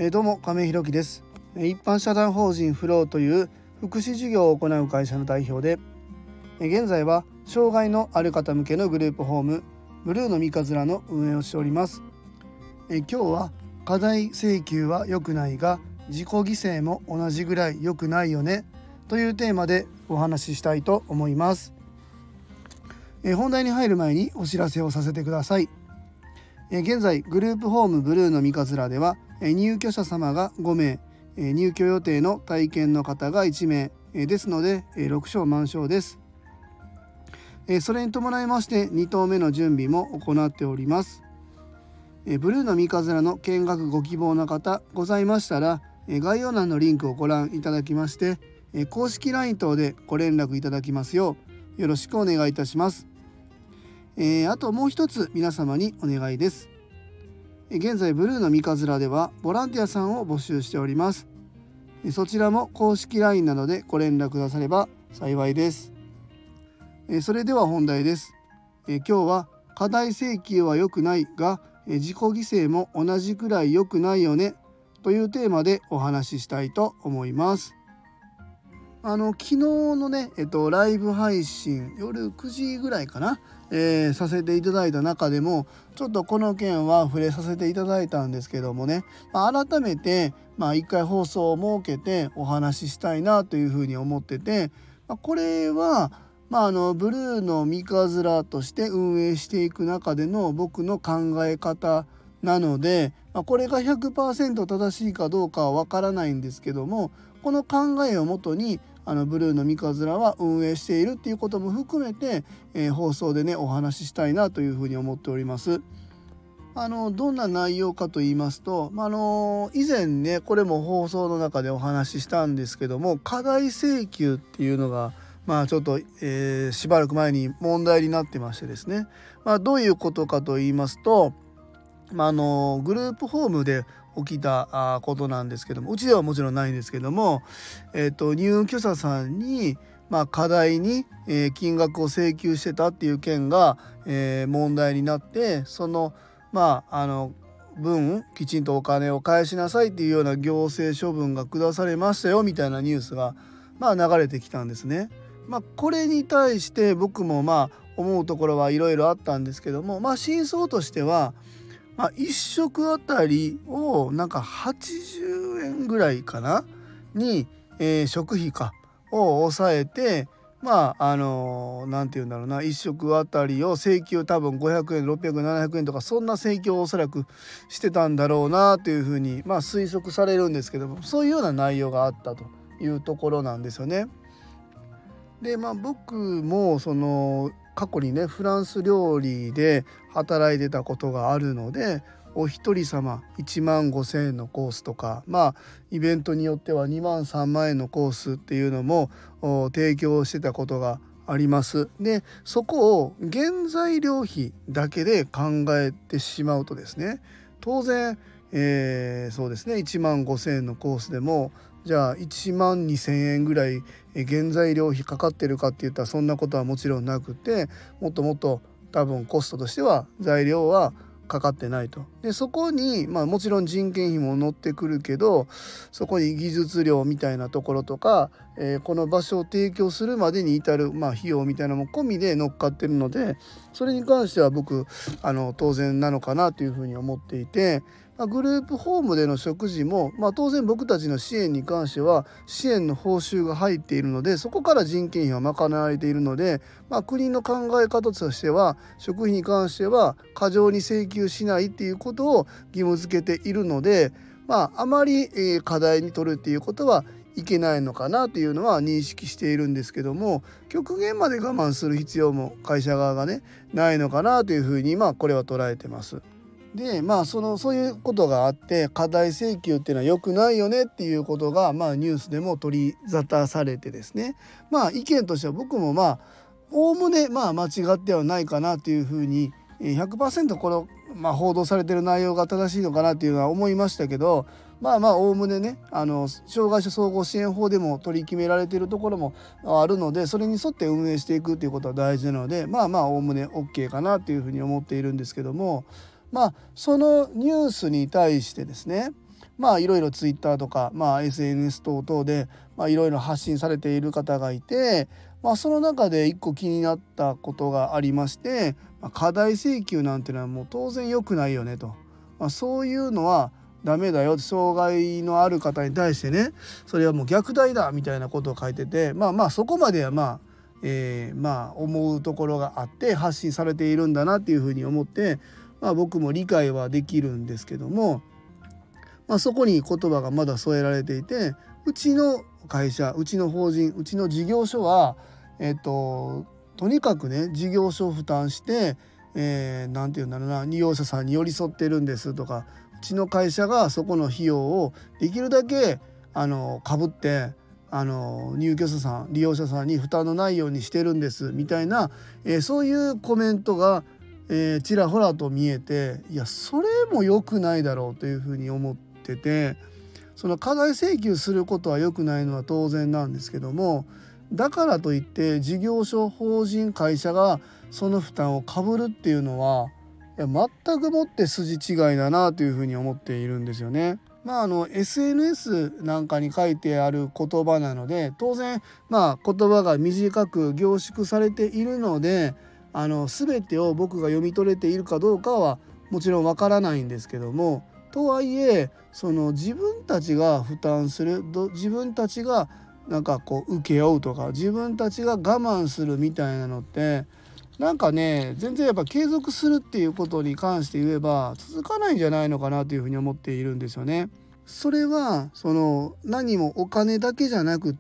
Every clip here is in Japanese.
どうも亀井ひろきです。一般社団法人フローという福祉事業を行う会社の代表で、現在は障害のある方向けのグループホームブルーの三日面の運営をしております。今日は過大請求は良くないが自己犠牲も同じぐらい良くないよねというテーマでお話ししたいと思います。本題に入る前にお知らせをさせてください。現在グループホームブルーの三日面では入居者様が5名、入居予定の体験の方が1名ですので6床満床です。それに伴いまして2棟目の準備も行っております。ブルーの三日面の見学ご希望の方ございましたら、概要欄のリンクをご覧いただきまして、公式 LINE 等でご連絡いただきますようよろしくお願いいたします。あともう一つ皆様にお願いです。現在ブルーの三日面ではボランティアさんを募集しております。そちらも公式 LINE などでご連絡くだされば幸いです。それでは本題です。今日は過大請求は良くないが自己犠牲も同じくらい良くないよねというテーマでお話ししたいと思います。昨日のね、ライブ配信夜9時ぐらいかな、させていただいた中でもちょっとこの件は触れさせていただいたんですけどもね、改めて一回放送を設けてお話ししたいなというふうに思ってて、これはブルーの三日面として運営していく中での僕の考え方なので、これが 100% 正しいかどうかはわからないんですけども、この考えをもとにブルーの三日面は運営しているっていうことも含めて、放送でねお話ししたいなというふうに思っております。どんな内容かと言いますと、以前ねこれも放送の中でお話ししたんですけども、過大請求っていうのがちょっと、しばらく前に問題になってましてですね、どういうことかと言いますと、グループホームで起きたことなんですけども、うちではもちろんないんですけども、入居者さんに過大に金額を請求してたっていう件が問題になって、その分きちんとお金を返しなさいっていうような行政処分が下されましたよみたいなニュースが流れてきたんですね。これに対して僕も思うところはいろいろあったんですけども、真相としては1食あたりを80円ぐらいかなに、食費を抑えてなんていうんだろうな、1食あたりを請求多分500円600円700円とかそんな請求をおそらくしてたんだろうなというふうに推測されるんですけども、そういうような内容があったというところなんですよね。で僕もその過去にねフランス料理で働いてたことがあるので、お一人様1万5,000円のコースとか、イベントによっては2万3万円のコースっていうのも提供してたことがあります。でそこを原材料費だけで考えてしまうとですね、当然、そうですね1万5,000円のコースでもじゃあ1万2,000円ぐらい原材料費かかってるかって言ったらそんなことはもちろんなくて、もっともっと多分コストとしては材料はかかってないと。でそこにもちろん人件費も乗ってくるけど、そこに技術料みたいなところとか、この場所を提供するまでに至る費用みたいなのも込みで乗っかってるので、それに関しては僕当然なのかなというふうに思っていて、グループホームでの食事も、当然僕たちの支援に関しては支援の報酬が入っているので、そこから人件費は賄われているので、国の考え方としては食費に関しては過剰に請求しないっていうことを義務付けているので、あまり過大に取るっていうことはいけないのかなというのは認識しているんですけども、極限まで我慢する必要も会社側がねないのかなというふうにこれは捉えてます。でそういうことがあって過大請求っていうのは良くないよねっていうことがニュースでも取り沙汰されてですね、意見としては僕もおおむね間違ってはないかなというふうに 100% この、報道されてる内容が正しいのかなっていうのは思いましたけど、おおむねね障害者総合支援法でも取り決められているところもあるので、それに沿って運営していくっていうことは大事なのでおおむね OK かなというふうに思っているんですけども、そのニュースに対してですね、 いろいろツイッターとか、SNS 等々でいろいろ発信されている方がいて、その中で一個気になったことがありまして、過大請求なんていうのはもう当然良くないよねと、そういうのはダメだよ、障害のある方に対してね、それはもう虐待だみたいなことを書いてて、そこまでは思うところがあって発信されているんだなっていうふうに思って、僕も理解はできるんですけども、そこに言葉がまだ添えられていて、うちの会社、うちの法人、うちの事業所はとにかくね事業所を負担してなんていうんだろうな、利用者さんに寄り添ってるんですとか、うちの会社がそこの費用をできるだけかぶって入居者さん、利用者さんに負担のないようにしてるんですみたいな、そういうコメントが、ちらほらと見えて、いやそれも良くないだろうというふうに思ってて、その過大請求することは良くないのは当然なんですけども、だからといって事業所、法人、会社がその負担をかぶるっていうのは、いや全くもって筋違いだなというふうに思っているんですよね。SNS なんかに書いてある言葉なので、当然言葉が短く凝縮されているので、全てを僕が読み取れているかどうかはもちろんわからないんですけども、とはいえその自分たちが負担する、自分たちが受け負うとか、自分たちが我慢するみたいなのって全然やっぱ継続するっていうことに関して言えば続かないんじゃないのかなというふうに思っているんですよね。それは何もお金だけじゃなくって、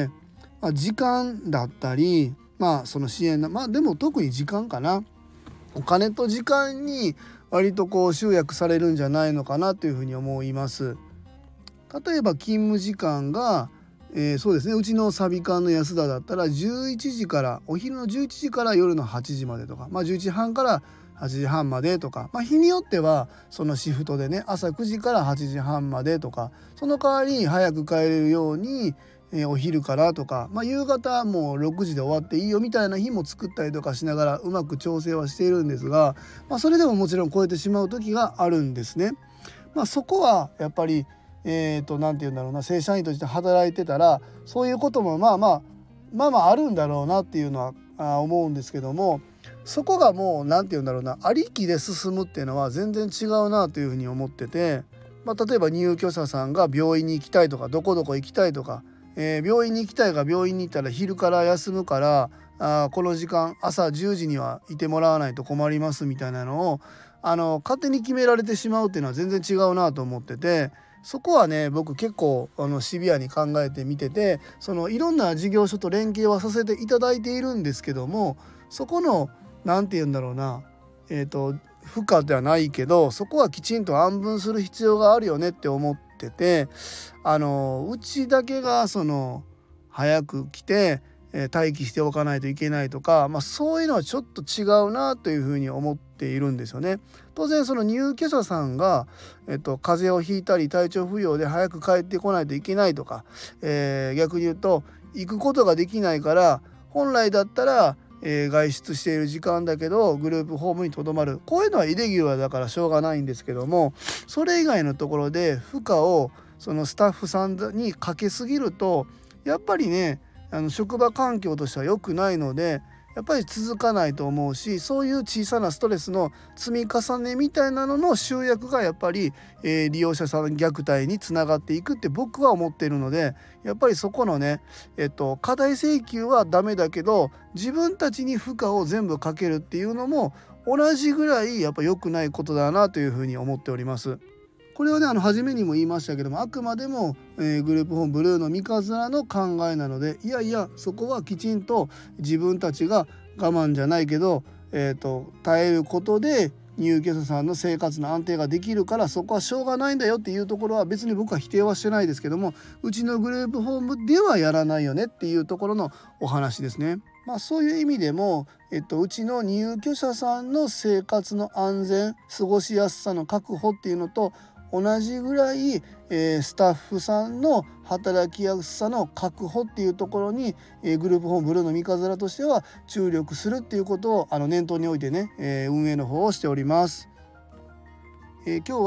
時間だったり、その支援でも特に時間かな、お金と時間に割と集約されるんじゃないのかなというふうに思います。例えば勤務時間がそうですね、うちのサビ館の安田だったら11時からお昼の11時から夜の8時までとか、11時半から8時半までとか、日によってはそのシフトでね、朝9時から8時半までとか、その代わり早く帰れるようにお昼からとか、夕方もう6時で終わっていいよみたいな日も作ったりとかしながらうまく調整はしているんですが、それでももちろん超えてしまう時があるんですね。そこはやっぱりなんて言うんだろうな、正社員として働いてたらそういうこともあるんだろうなっていうのは思うんですけども、そこがもうなんて言うんだろうな、ありきで進むっていうのは全然違うなというふうに思ってて、例えば入居者さんが病院に行きたいとか、どこどこ行きたいとか、病院に行きたいが病院に行ったら昼から休むからこの時間朝10時にはいてもらわないと困りますみたいなのを勝手に決められてしまうっていうのは全然違うなと思ってて、そこはね僕結構シビアに考えてみてて、いろんな事業所と連携はさせていただいているんですけども、そこのなんて言うんだろうな、負荷ではないけどそこはきちんと安分する必要があるよねって思ってて、うちだけが早く来て待機しておかないといけないとか、そういうのはちょっと違うなというふうに思っているんですよね。当然その入居者さんが、風邪をひいたり体調不良で早く帰ってこないといけないとか、逆に言うと行くことができないから本来だったら、外出している時間だけどグループホームにとどまる、こういうのはイレギュラーだからしょうがないんですけども、それ以外のところで負荷をそのスタッフさんにかけすぎるとやっぱりね職場環境としては良くないのでやっぱり続かないと思うし、そういう小さなストレスの積み重ねみたいなのの集約がやっぱり、利用者さん虐待につながっていくって僕は思っているので、やっぱりそこのね、過大請求はダメだけど自分たちに負荷を全部かけるっていうのも同じぐらいやっぱ良くないことだなというふうに思っております。これはね初めにも言いましたけども、あくまでも、グループホームブルーの三日面の考えなので、いやいやそこはきちんと自分たちが我慢じゃないけど、耐えることで入居者さんの生活の安定ができるから、そこはしょうがないんだよっていうところは別に僕は否定はしてないですけども、うちのグループホームではやらないよねっていうところのお話ですね。そういう意味でも、うちの入居者さんの生活の安全、過ごしやすさの確保っていうのと同じぐらい、スタッフさんの働きやすさの確保っていうところに、グループホームブルーの三日面としては注力するっていうことを念頭に置いてね、運営の方をしております。今日は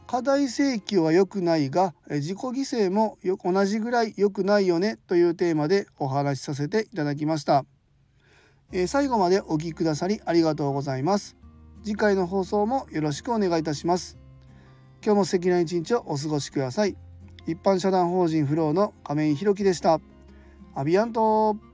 過大請求は良くないが自己犠牲も同じぐらい良くないよねというテーマでお話しさせていただきました。最後までお聞きくださりありがとうございます。次回の放送もよろしくお願いいたします。今日も素敵な一日をお過ごしください。一般社団法人フローの亀井宏樹でした。アビアント。